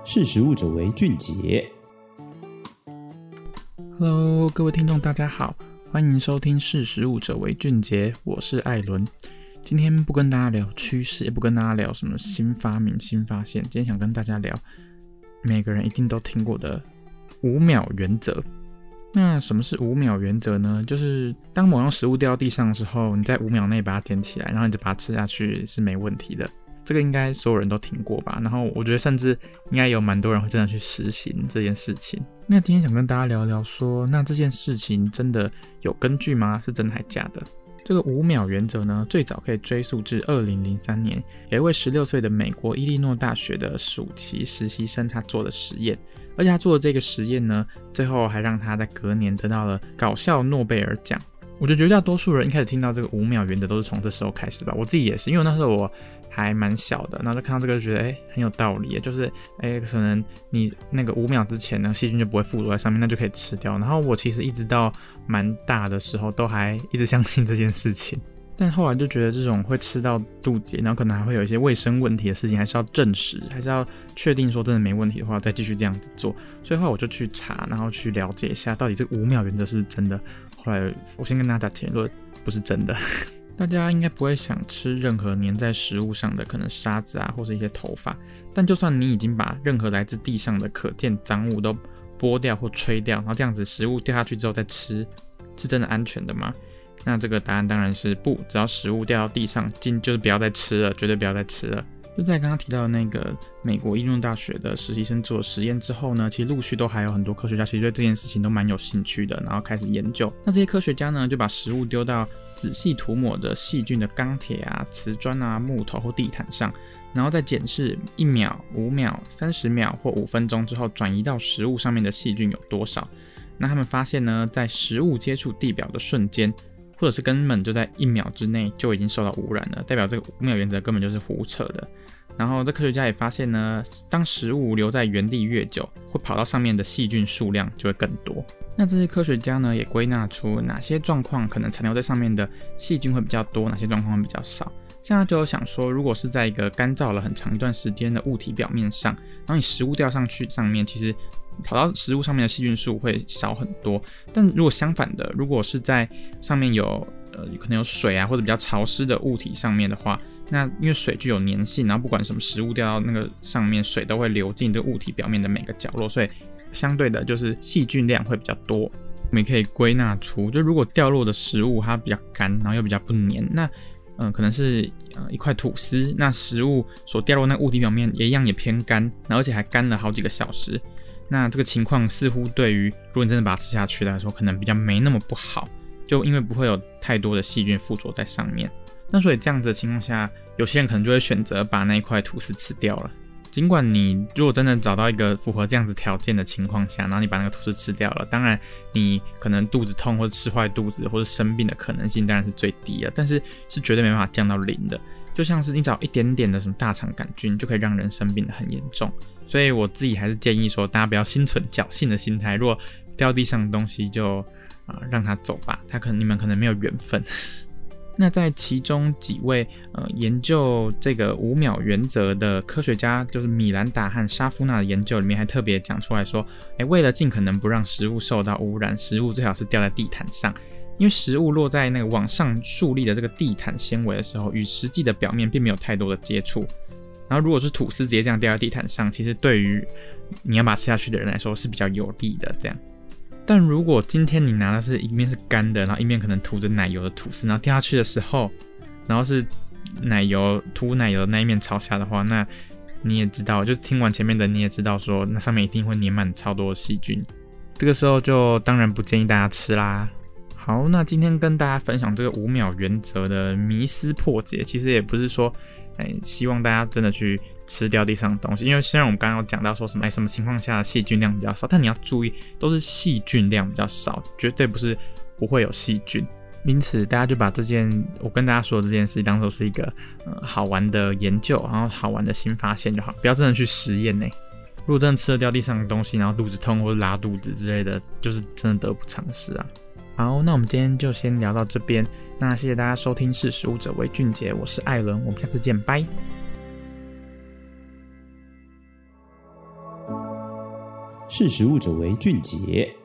识时务者为俊杰。 Hello， 各位听众大家好，欢迎收听识时务者为俊杰，我是艾伦。今天不跟大家聊趋势，也不跟大家聊什么新发明、新发现，今天想跟大家聊每个人一定都听过的5秒原则。那什么是5秒原则呢？就是当某样食物掉到地上的时候，你在5秒内把它捡起来，然后你就把它吃下去是没问题的。这个应该所有人都听过吧，然后我觉得甚至应该有蛮多人会真的去实行这件事情。那今天想跟大家聊聊说，那这件事情真的有根据吗？是真的还假的？这个5秒原则呢，最早可以追溯至2003年，有一位16岁的美国伊利诺大学的暑期实习生他做的实验，而且他做的这个实验呢，最后还让他在隔年得到了搞笑诺贝尔奖。我觉得绝大多数人一开始听到这个5秒原则都是从这时候开始吧，我自己也是，因为那时候我还蛮小的，然后就看到这个就觉得很有道理，就是可能你那个5秒之前呢，细菌就不会附着在上面，那就可以吃掉。然后我其实一直到蛮大的时候都还一直相信这件事情，但后来就觉得这种会吃到肚子里，然后可能还会有一些卫生问题的事情，还是要证实，还是要确定说真的没问题的话，再继续这样子做。所以后来我就去查，然后去了解一下到底这个5秒原则是真的。后来我先跟大家结论，不是真的。大家应该不会想吃任何粘在食物上的可能沙子啊，或是一些头发，但就算你已经把任何来自地上的可见脏物都剥掉或吹掉，然后这样子食物掉下去之后再吃，是真的安全的吗？那这个答案当然是不，只要食物掉到地上，就是不要再吃了，绝对不要再吃了。就在刚刚提到的那个美国伊利诺大学的实习生做的实验之后呢，其实陆续都还有很多科学家其实对这件事情都蛮有兴趣的，然后开始研究。那这些科学家呢，就把食物丢到仔细涂抹着细菌的钢铁啊、瓷砖啊、木头或地毯上，然后再检视1秒、5秒、30秒或5分钟之后转移到食物上面的细菌有多少。那他们发现呢，在食物接触地表的瞬间，或者是根本就在1秒之内就已经受到污染了，代表这个5秒原则根本就是胡扯的。然后这科学家也发现呢，当食物留在原地越久，会跑到上面的细菌数量就会更多。那这些科学家呢，也归纳出哪些状况可能残留在上面的细菌会比较多，哪些状况会比较少。现在就有想说，如果是在一个干燥了很长一段时间的物体表面上，然后你食物掉上去上面，其实跑到食物上面的细菌数会少很多。但如果相反的，如果是在上面有可能有水啊，或者比较潮湿的物体上面的话，那因为水具有粘性，然后不管什么食物掉到那个上面，水都会流进这个物体表面的每个角落，所以相对的就是细菌量会比较多。我们也可以归纳出，就如果掉落的食物它比较干，然后又比较不粘，那可能是一块吐司，那食物所掉落那个物体表面也一样也偏干，然后而且还干了好几个小时。那这个情况似乎对于如果你真的把它吃下去来说，可能比较没那么不好，就因为不会有太多的细菌附着在上面。那所以这样子的情况下，有些人可能就会选择把那一块吐司吃掉了。尽管你如果真的找到一个符合这样子条件的情况下，然后你把那个吐司吃掉了，当然你可能肚子痛或者吃坏肚子或者生病的可能性当然是最低的，但是是绝对没办法降到0的。就像是你找一点点的什么大肠杆菌就可以让人生病的很严重。所以我自己还是建议说，大家不要心存侥幸的心态，如果掉地上的东西就让它走吧，你们可能没有缘分。那在其中几位研究这个5秒原则的科学家，就是米兰达和沙夫纳的研究里面还特别讲出来说，为了尽可能不让食物受到污染，食物最好是掉在地毯上，因为食物落在那个往上竖立的这个地毯纤维的时候，与实际的表面并没有太多的接触。然后如果是吐司直接这样掉在地毯上，其实对于你要把它吃下去的人来说是比较有利的这样。但如果今天你拿的是一面是干的，然后一面可能涂着奶油的吐司，然后掉下去的时候，然后是涂奶油的那一面朝下的话，那你也知道，就听完前面的你也知道说，那上面一定会粘满超多的细菌。这个时候就当然不建议大家吃啦。好，那今天跟大家分享这个5秒原则的迷思破解，其实也不是说希望大家真的去吃掉地上的东西，因为虽然我们刚刚有讲到说什么情况下细菌量比较少，但你要注意都是细菌量比较少，绝对不是不会有细菌。因此大家就把我跟大家说的这件事当作是一个好玩的研究，然后好玩的新发现就好，不要真的去实验呢。如果真的吃了掉地上的东西，然后肚子痛或者拉肚子之类的，就是真的得不偿失啊。好，那我们今天就先聊到这边，那谢谢大家收听识时务者为俊杰，我是艾伦，我们下次见，拜。 识时务者为俊杰。